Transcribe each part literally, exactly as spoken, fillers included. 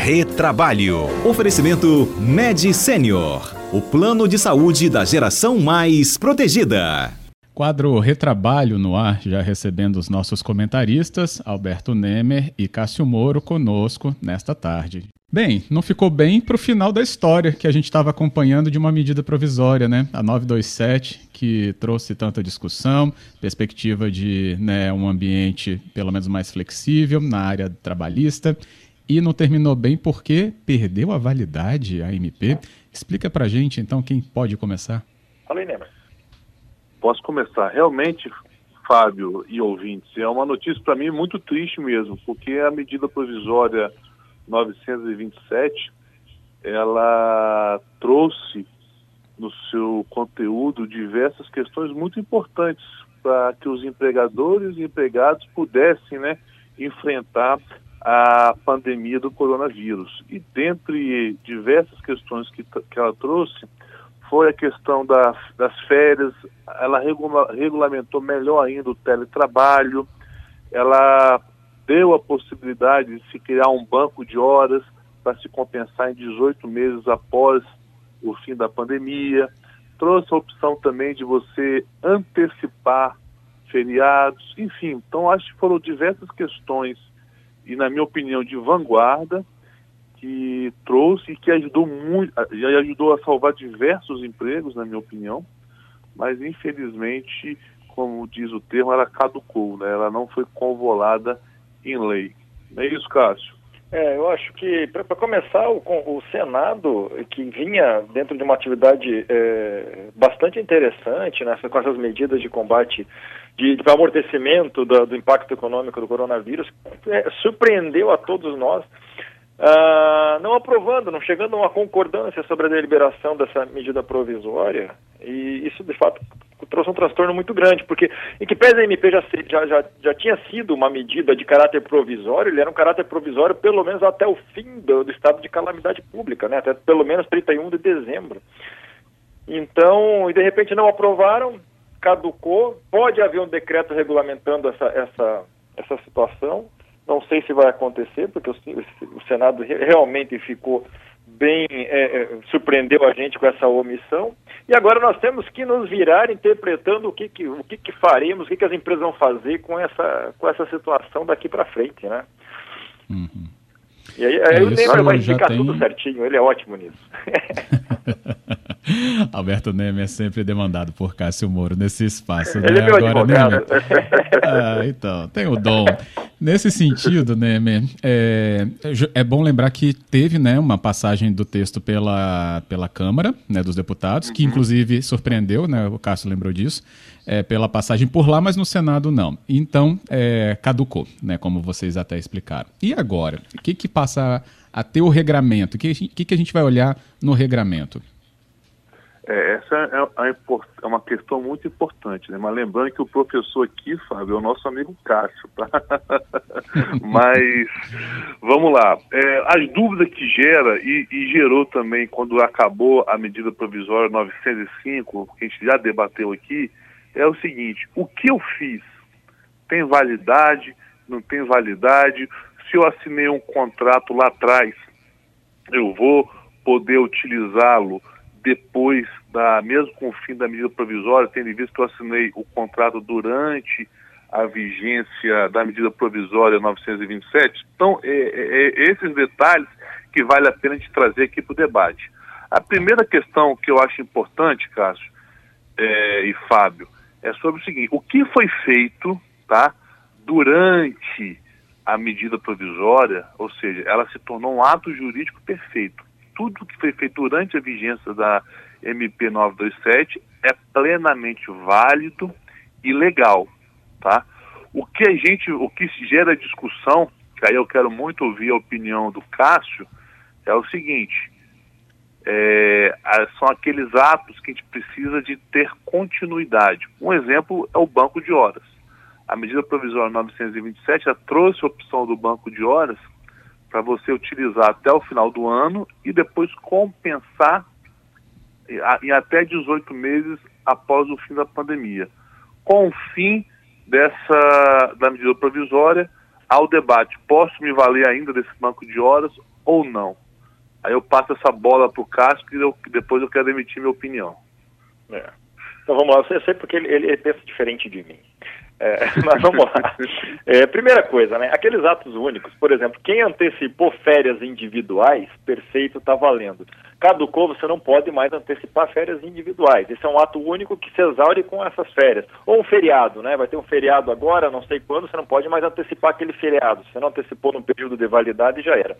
Retrabalho. Oferecimento Med Senior, o plano de saúde da geração mais protegida. Quadro Retrabalho no ar, já recebendo os nossos comentaristas, Alberto Nemer e Cássio Moro, conosco nesta tarde. Bem, não ficou bem para o final da história que a gente estava acompanhando de uma medida provisória, né? A novecentos e vinte e sete, que trouxe tanta discussão, perspectiva de, né, um ambiente pelo menos mais flexível na área trabalhista, e não terminou bem porque perdeu a validade, a M P. Explica para a gente, então, quem pode começar? Fala aí, Nemer. Posso começar. Realmente, Fábio e ouvintes, é uma notícia para mim muito triste mesmo, porque a medida provisória novecentos e vinte e sete, ela trouxe no seu conteúdo diversas questões muito importantes para que os empregadores e empregados pudessem, né, enfrentar a pandemia do coronavírus. E dentre diversas questões que, que ela trouxe, foi a questão das, das férias. Ela regula, regulamentou melhor ainda o teletrabalho, ela deu a possibilidade de se criar um banco de horas para se compensar em dezoito meses após o fim da pandemia, trouxe a opção também de você antecipar feriados, enfim. Então acho que foram diversas questões, e na minha opinião de vanguarda, que trouxe e que ajudou muito, já ajudou a salvar diversos empregos, na minha opinião, mas infelizmente, como diz o termo, ela caducou, né? Ela não foi convolada em lei. Não é isso, Cássio? É, eu acho que, para começar, o, o Senado, que vinha dentro de uma atividade é, bastante interessante, né, com essas medidas de combate, de, de amortecimento do, do impacto econômico do coronavírus, é, surpreendeu a todos nós, Uh, não aprovando, não chegando a uma concordância sobre a deliberação dessa medida provisória, e isso de fato trouxe um transtorno muito grande, porque em que pese a M P já, já, já, já tinha sido uma medida de caráter provisório, ele era um caráter provisório pelo menos até o fim do, do estado de calamidade pública, né, até pelo menos trinta e um de dezembro. Então, e de repente não aprovaram, caducou, pode haver um decreto regulamentando essa, essa, essa situação. Não sei se vai acontecer, porque o, o Senado realmente ficou bem, é, é, surpreendeu a gente com essa omissão. E agora nós temos que nos virar interpretando o que, que, o que, que faremos, o que, que as empresas vão fazer com essa, com essa situação daqui para frente, né? Uhum. E aí, aí é, o Nemer vai explicar tem... tudo certinho, ele é ótimo nisso. Alberto Nemer é sempre demandado por Cássio Moro nesse espaço. Ele né? é meu Agora, advogado. Nemer... ah, então, tem o dom. Nesse sentido, Nemer, é, é bom lembrar que teve, né, uma passagem do texto pela, pela Câmara, né, dos Deputados, que inclusive surpreendeu, né, o Cássio lembrou disso, é, pela passagem por lá, mas no Senado não. Então, é, caducou, né, como vocês até explicaram. E agora? O que que passa a ter o regramento? O que, que, que a gente vai olhar no regramento? É, essa é, a, é uma questão muito importante, né? Mas lembrando que o professor aqui, Fábio, é o nosso amigo Cássio, tá? Mas, vamos lá. É, as dúvidas que gera, e, e gerou também quando acabou a medida provisória novecentos e cinco, que a gente já debateu aqui, é o seguinte: o que eu fiz tem validade, não tem validade? Se eu assinei um contrato lá atrás, eu vou poder utilizá-lo depois, da, mesmo com o fim da medida provisória, tendo em vista que eu assinei o contrato durante a vigência da medida provisória novecentos e vinte e sete. Então, é, é, é esses detalhes que vale a pena de trazer aqui para o debate. A primeira questão que eu acho importante, Cássio é, e Fábio, é sobre o seguinte: o que foi feito, tá, durante a medida provisória, ou seja, ela se tornou um ato jurídico perfeito. Tudo que foi feito durante a vigência da M P novecentos e vinte e sete é plenamente válido e legal, tá? O que a gente, o que gera discussão, que aí eu quero muito ouvir a opinião do Cássio, é o seguinte: é, são aqueles atos que a gente precisa de ter continuidade. Um exemplo é o banco de horas. A medida provisória novecentos e vinte e sete já trouxe a opção do banco de horas para você utilizar até o final do ano e depois compensar em até dezoito meses após o fim da pandemia. Com o fim dessa, da medida provisória, há o debate: posso me valer ainda desse banco de horas ou não? Aí eu passo essa bola para o Cássio e eu, depois eu quero emitir minha opinião. É. Então vamos lá, eu sei porque ele, ele pensa diferente de mim. É, mas vamos lá. É, primeira coisa, né? Aqueles atos únicos, por exemplo, quem antecipou férias individuais, perfeito, está valendo. Caducou, você não pode mais antecipar férias individuais. Esse é um ato único que se exaure com essas férias. Ou um feriado, né? Vai ter um feriado agora, não sei quando, você não pode mais antecipar aquele feriado. Você não antecipou no período de validade, já era.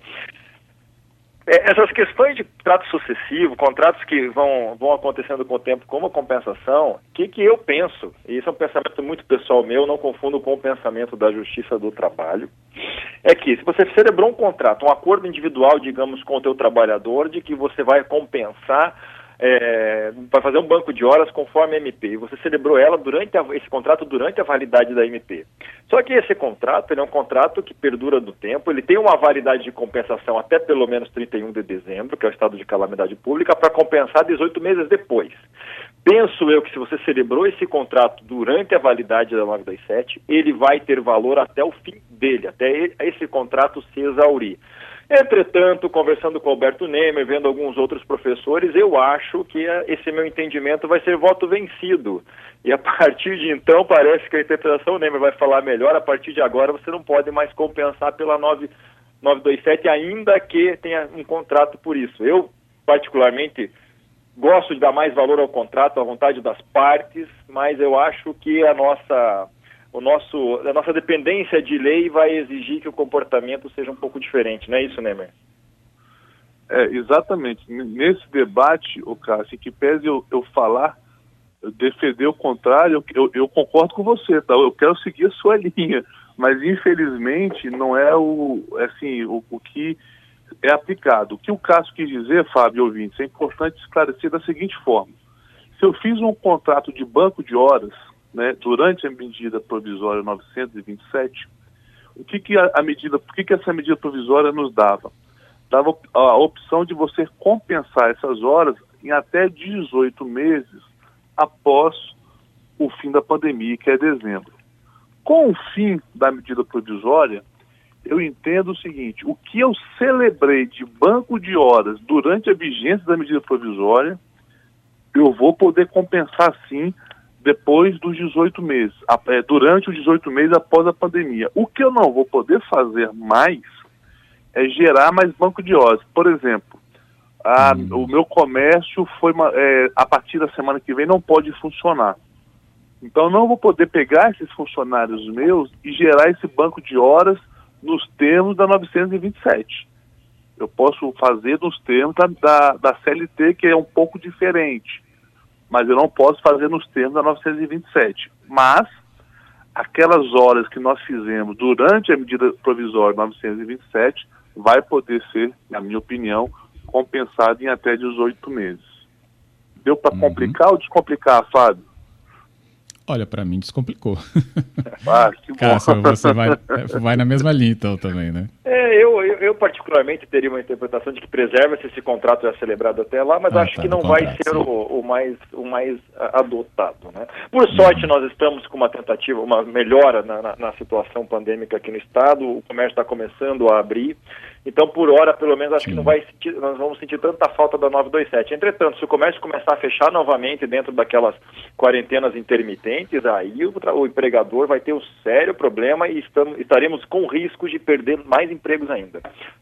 Essas questões de contrato sucessivo, contratos que vão, vão acontecendo com o tempo como compensação, o que, que eu penso, e isso é um pensamento muito pessoal meu, não confundo com o pensamento da Justiça do Trabalho, é que se você celebrou um contrato, um acordo individual, digamos, com o teu trabalhador, de que você vai compensar, é, vai fazer um banco de horas conforme a M P, e você celebrou ela durante a, esse contrato durante a validade da M P. Só que esse contrato, ele é um contrato que perdura no tempo, ele tem uma validade de compensação até pelo menos trinta e um de dezembro, que é o estado de calamidade pública, para compensar dezoito meses depois. Penso eu que se você celebrou esse contrato durante a validade da novecentos e vinte e sete, ele vai ter valor até o fim dele, até esse contrato se exaurir. Entretanto, conversando com o Alberto Nemer, vendo alguns outros professores, eu acho que esse meu entendimento vai ser voto vencido. E a partir de então, parece que a interpretação, o Nemer vai falar melhor, a partir de agora você não pode mais compensar pela novecentos e vinte e sete, ainda que tenha um contrato por isso. Eu, particularmente, gosto de dar mais valor ao contrato, à vontade das partes, mas eu acho que a nossa... O nosso, a nossa dependência de lei vai exigir que o comportamento seja um pouco diferente, não é isso, Nemer? É, exatamente. Nesse debate, o Cássio, que pese eu, eu falar, eu defender o contrário, eu, eu, eu concordo com você, tá? Eu quero seguir a sua linha, mas infelizmente não é o, assim, o, o que é aplicado. O que o Cássio quis dizer, Fábio e ouvintes, é importante esclarecer da seguinte forma. Se eu fiz um contrato de banco de horas, né, durante a medida provisória novecentos e vinte e sete, o que que a, a medida, o que que essa medida provisória nos dava? Dava a opção de você compensar essas horas em até dezoito meses após o fim da pandemia, que é dezembro. Com o fim da medida provisória, eu entendo o seguinte: o que eu celebrei de banco de horas durante a vigência da medida provisória, eu vou poder compensar sim depois dos dezoito meses, durante os dezoito meses após a pandemia. O que eu não vou poder fazer mais é gerar mais banco de horas. Por exemplo, a, hum. o meu comércio foi uma, é, a partir da semana que vem não pode funcionar. Então eu não vou poder pegar esses funcionários meus e gerar esse banco de horas nos termos da novecentos e vinte e sete. Eu posso fazer nos termos da, da, da C L T, que é um pouco diferente, mas eu não posso fazer nos termos da novecentos e vinte e sete. Mas aquelas horas que nós fizemos durante a medida provisória novecentos e vinte e sete vai poder ser, na minha opinião, compensado em até dezoito meses. Deu para uhum. complicar ou descomplicar, Fábio? Olha, para mim descomplicou. Ah, que bom. Cássio, você vai, vai na mesma linha então também, né? É, eu, eu, eu particularmente teria uma interpretação de que preserva-se esse contrato é celebrado até lá, mas ah, acho tá, que não vai contrato, ser o, o, mais, o mais adotado, né? Por sorte, uhum. nós estamos com uma tentativa, uma melhora na, na, na situação pandêmica aqui no estado, o comércio está começando a abrir, então por hora, pelo menos, acho Sim. que não vai sentir, nós vamos sentir tanta falta da novecentos e vinte e sete. Entretanto, se o comércio começar a fechar novamente dentro daquelas quarentenas intermitentes, aí o, o empregador vai ter um sério problema e estamos, estaremos com risco de perder mais empregos ainda.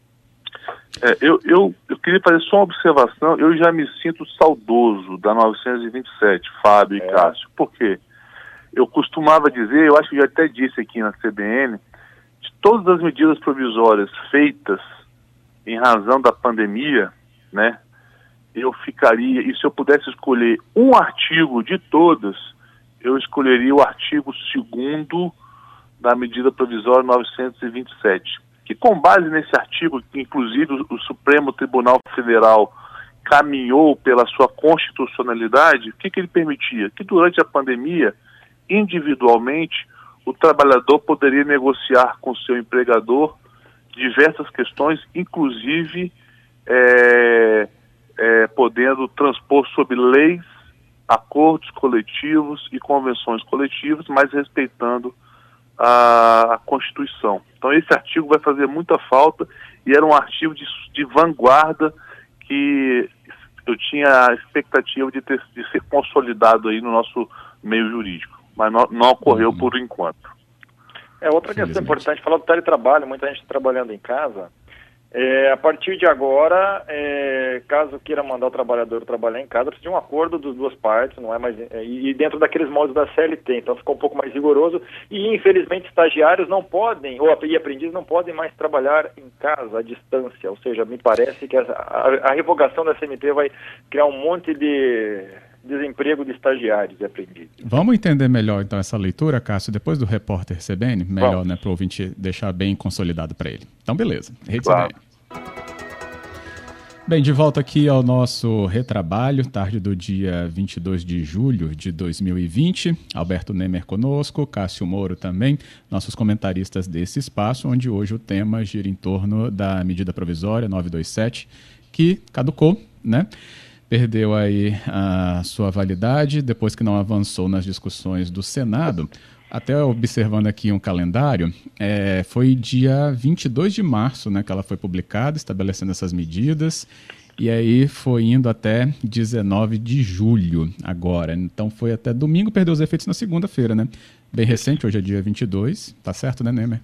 É, eu, eu, eu queria fazer só uma observação. Eu já me sinto saudoso da novecentos e vinte e sete, Fábio é. e Cássio. Por quê? Eu costumava dizer, eu acho que já até disse aqui na C B N, de todas as medidas provisórias feitas em razão da pandemia, né, eu ficaria, e se eu pudesse escolher um artigo de todas, eu escolheria o artigo segundo da medida provisória novecentos e vinte e sete, que com base nesse artigo, que inclusive o, o Supremo Tribunal Federal caminhou pela sua constitucionalidade, o que, que ele permitia? Que durante a pandemia, individualmente, o trabalhador poderia negociar com seu empregador diversas questões, inclusive é, é, podendo transpor sobre leis, acordos coletivos e convenções coletivas, mas respeitando a Constituição. Então esse artigo vai fazer muita falta e era um artigo de, de vanguarda que eu tinha a expectativa de, ter, de ser consolidado aí no nosso meio jurídico, mas não, não ocorreu uhum. por enquanto. É, outra questão importante, falar do teletrabalho, muita gente trabalhando em casa. É, a partir de agora, é, caso queira mandar o trabalhador trabalhar em casa, precisa de um acordo das duas partes, não é mais, é, e dentro daqueles moldes da C L T, então ficou um pouco mais rigoroso, e infelizmente estagiários não podem, ou e aprendizes não podem mais trabalhar em casa, à distância, ou seja, me parece que a, a, a revogação da C M T vai criar um monte de desemprego de estagiários e aprendizes. Vamos entender melhor então essa leitura, Cássio, depois do repórter C B N? Melhor, Vamos. né, para o ouvinte deixar bem consolidado para ele. Então, beleza. Rede claro. C B N. Bem, de volta aqui ao nosso retrabalho, tarde do dia vinte e dois de julho de dois mil e vinte. Alberto Nemer conosco, Cássio Moro também, nossos comentaristas desse espaço, onde hoje o tema gira em torno da medida provisória novecentos e vinte e sete, que caducou, né? Perdeu aí a sua validade depois que não avançou nas discussões do Senado. Até observando aqui um calendário, é, foi dia vinte e dois de março, né, que ela foi publicada, estabelecendo essas medidas, e aí foi indo até dezenove de julho agora. Então foi até domingo, perdeu os efeitos na segunda-feira, né? Bem recente, hoje é dia vinte e dois, tá certo, né, Nemer?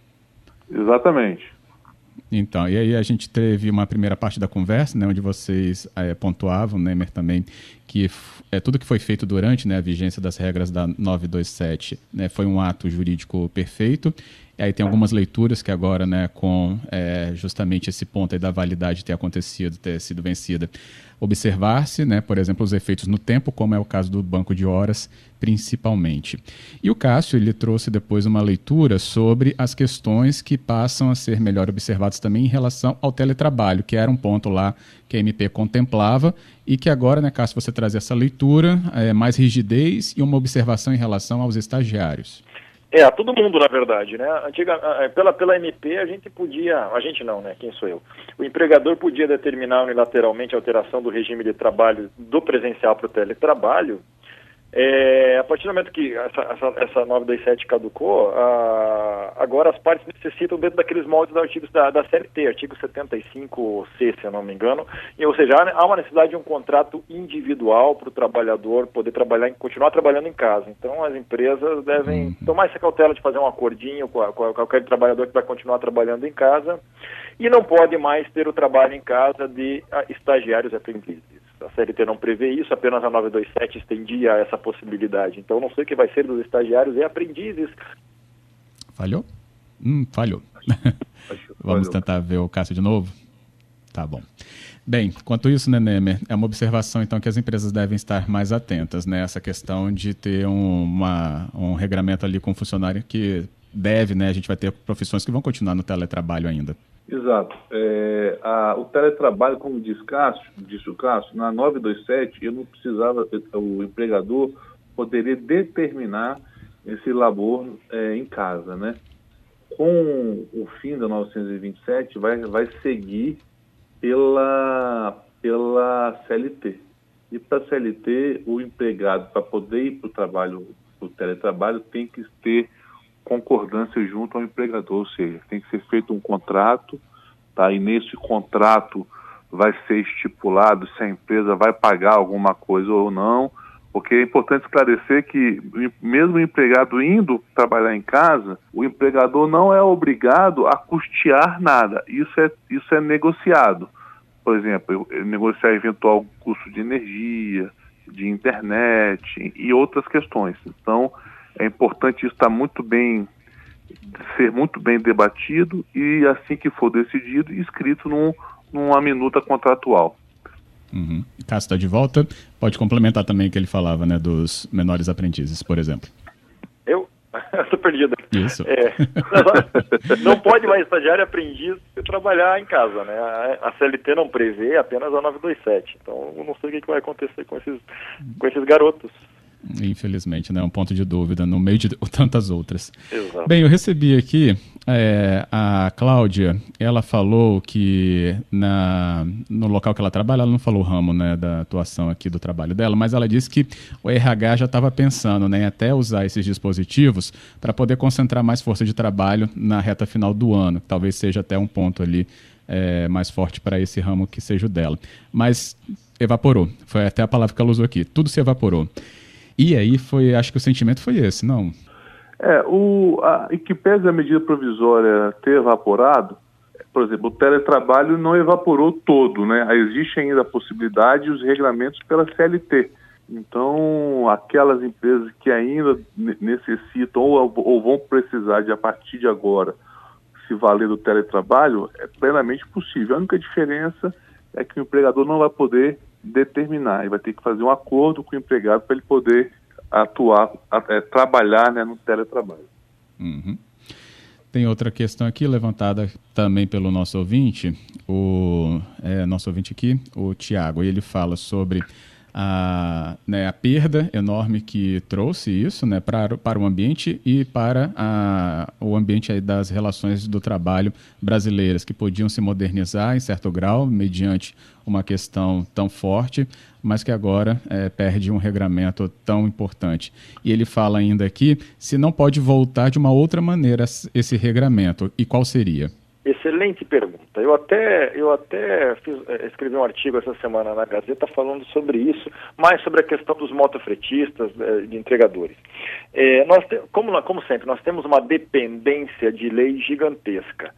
Exatamente. Então, e aí a gente teve uma primeira parte da conversa, né, onde vocês é, pontuavam, Nemer também, que é, tudo que foi feito durante, né, a vigência das regras da novecentos e vinte e sete, né, foi um ato jurídico perfeito. E aí tem algumas leituras que agora, né, com é, justamente esse ponto aí da validade ter acontecido, ter sido vencida, observar-se, né, por exemplo, os efeitos no tempo, como é o caso do banco de horas, principalmente. E o Cássio, ele trouxe depois uma leitura sobre as questões que passam a ser melhor observadas também em relação ao teletrabalho, que era um ponto lá que a M P contemplava e que agora, né, Cássio, você traz essa leitura, é, mais rigidez e uma observação em relação aos estagiários. É, a todo mundo, na verdade, né? Antiga, pela, pela M P, a gente podia... A gente não, né? Quem sou eu? O empregador podia determinar unilateralmente a alteração do regime de trabalho do presencial para o teletrabalho. É, a partir do momento que essa, essa, essa novecentos e vinte e sete caducou, a, agora as partes necessitam dentro daqueles moldes dos artigos da, da C L T, artigo setenta e cinco C, se eu não me engano, e, ou seja, há, há uma necessidade de um contrato individual para o trabalhador poder trabalhar, continuar trabalhando em casa. Então as empresas devem uhum. tomar essa cautela de fazer um acordinho com, a, com aquele trabalhador que vai continuar trabalhando em casa e não pode mais ter o trabalho em casa de a, estagiários e aprendizes. A C L T não prevê isso, apenas a novecentos e vinte e sete estendia essa possibilidade. Então, não sei o que vai ser dos estagiários e aprendizes. Falhou? Hum, falhou. Vamos tentar ver o Cássio de novo? Tá bom. Bem, quanto isso, né, Nemer, é uma observação, então, que as empresas devem estar mais atentas, né? Essa questão de ter um, uma, um regramento ali com o funcionário que deve, né? A gente vai ter profissões que vão continuar no teletrabalho ainda. Exato. É, a, o teletrabalho, como diz Cássio, disse o Cássio, na novecentos e vinte e sete, eu não precisava, o empregador poderia determinar esse labor é, em casa, né? Com o fim da novecentos e vinte e sete, vai, vai seguir pela, pela C L T. E para a C L T, o empregado, para poder ir para o trabalho, para o teletrabalho, tem que ter concordância junto ao empregador, ou seja, tem que ser feito um contrato, tá? E nesse contrato vai ser estipulado se a empresa vai pagar alguma coisa ou não, porque é importante esclarecer que mesmo o empregado indo trabalhar em casa, o empregador não é obrigado a custear nada, isso é, isso é negociado. Por exemplo, negociar eventual custo de energia, de internet e outras questões. Então, é importante isso estar muito bem, ser muito bem debatido e, assim que for decidido, escrito num, numa minuta contratual. Uhum. Cássio está de volta. Pode complementar também o que ele falava, né, dos menores aprendizes, por exemplo. Eu? Estou perdido. Isso. É, não pode mais estagiário e aprendiz trabalhar em casa, né? A C L T não prevê, apenas a novecentos e vinte e sete. Então, eu não sei o que vai acontecer com esses, com esses garotos. Infelizmente, né? Um ponto de dúvida no meio de tantas outras. Exato. Bem, eu recebi aqui é, a Cláudia, ela falou que na, no local que ela trabalha, ela não falou o ramo, né, da atuação aqui do trabalho dela, mas ela disse que o R H já estava pensando, né, em até usar esses dispositivos para poder concentrar mais força de trabalho na reta final do ano, que talvez seja até um ponto ali é, mais forte para esse ramo que seja o dela. Mas evaporou, foi até a palavra que ela usou aqui, tudo se evaporou. E aí foi, acho que o sentimento foi esse, não? É, o, a, em que pese a medida provisória ter evaporado, por exemplo, o teletrabalho não evaporou todo, né? Existe ainda a possibilidade e os regulamentos pela C L T. Então, aquelas empresas que ainda necessitam ou, ou vão precisar de, a partir de agora, se valer do teletrabalho, é plenamente possível. A única diferença é que o empregador não vai poder determinar, ele vai ter que fazer um acordo com o empregado para ele poder atuar, é, trabalhar, né, no teletrabalho. Uhum. Tem outra questão aqui levantada também pelo nosso ouvinte, o é, nosso ouvinte aqui, o Tiago, e ele fala sobre a, né, a perda enorme que trouxe isso, né, para, para o ambiente e para a, o ambiente aí das relações do trabalho brasileiras, que podiam se modernizar em certo grau, mediante uma questão tão forte, mas que agora é, perde um regramento tão importante. E ele fala ainda aqui se não pode voltar de uma outra maneira esse regramento, e qual seria? Excelente pergunta. Eu até, eu até fiz, escrevi um artigo essa semana na Gazeta falando sobre isso, mais sobre a questão dos motofretistas, de entregadores. É, nós te, como, como sempre, nós temos uma dependência de lei gigantesca.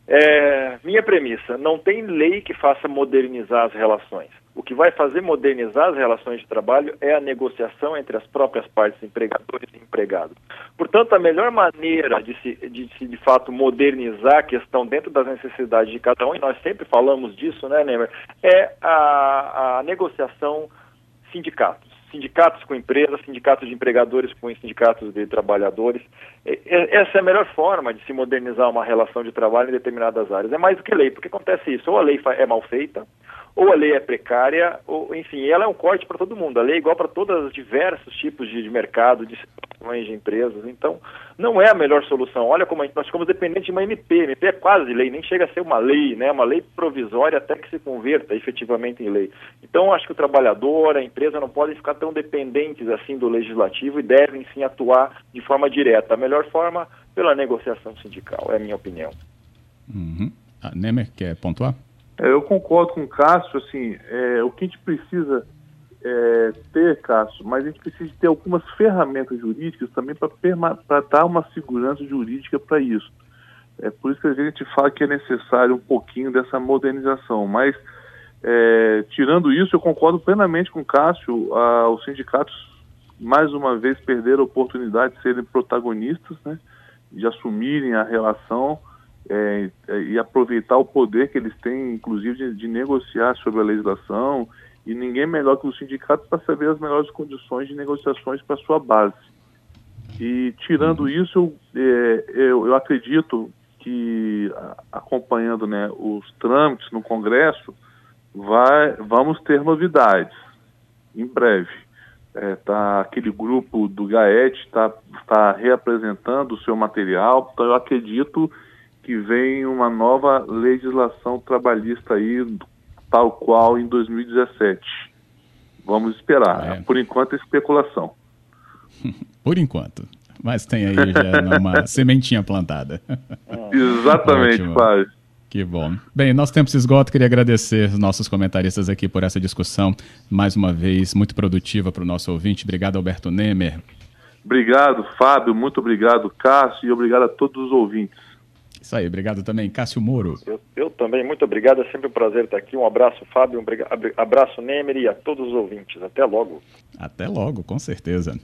É, minha premissa, não tem lei que faça modernizar as relações. O que vai fazer modernizar as relações de trabalho é a negociação entre as próprias partes, empregadores e empregados. Portanto, a melhor maneira de se, de, se, de fato, modernizar a questão dentro das necessidades de cada um, e nós sempre falamos disso, né, Nemer, é a, a negociação sindicatos. Sindicatos com empresas, sindicatos de empregadores com sindicatos de trabalhadores. Essa é a melhor forma de se modernizar uma relação de trabalho em determinadas áreas. É mais do que lei, porque acontece isso, ou a lei é mal feita, ou a lei é precária, ou, enfim, ela é um corte para todo mundo. A lei é igual para todos os diversos tipos de, de mercado, de situações de empresas. Então, não é a melhor solução. Olha como a gente, nós ficamos dependentes de uma M P. M P é quase lei, nem chega a ser uma lei, né? Uma lei provisória até que se converta efetivamente em lei. Então, acho que o trabalhador, a empresa não podem ficar tão dependentes assim do legislativo e devem sim atuar de forma direta. A melhor forma, pela negociação sindical, é a minha opinião. Uhum. A Nemer, quer pontuar? Eu concordo com o Cássio, assim, é, o que a gente precisa é, ter, Cássio, mas a gente precisa ter algumas ferramentas jurídicas também para dar uma segurança jurídica para isso. É por isso que a gente fala que é necessário um pouquinho dessa modernização, mas é, tirando isso, eu concordo plenamente com o Cássio, a, os sindicatos mais uma vez perderam a oportunidade de serem protagonistas, né, de assumirem a relação, É, e aproveitar o poder que eles têm, inclusive, de, de negociar sobre a legislação, e ninguém melhor que os sindicatos para saber as melhores condições de negociações para a sua base. E, tirando isso, eu, é, eu, eu acredito que, acompanhando, né, os trâmites no Congresso, vai, vamos ter novidades em breve. É, tá, aquele grupo do GAET está tá reapresentando o seu material, então eu acredito que vem uma nova legislação trabalhista aí, tal qual em dois mil e dezessete. Vamos esperar. É. Por enquanto, é especulação. Por enquanto. Mas tem aí já uma sementinha plantada. Exatamente, Fábio. Que bom. Bem, nosso tempo se esgota. Queria agradecer os nossos comentaristas aqui por essa discussão, mais uma vez, muito produtiva para o nosso ouvinte. Obrigado, Alberto Nemer. Obrigado, Fábio. Muito obrigado, Cássio. E obrigado a todos os ouvintes. Isso aí, obrigado também. Cássio Moro. Eu, eu também, muito obrigado, é sempre um prazer estar aqui. Um abraço, Fábio, um abraço, Nemer, e a todos os ouvintes. Até logo. Até logo, com certeza.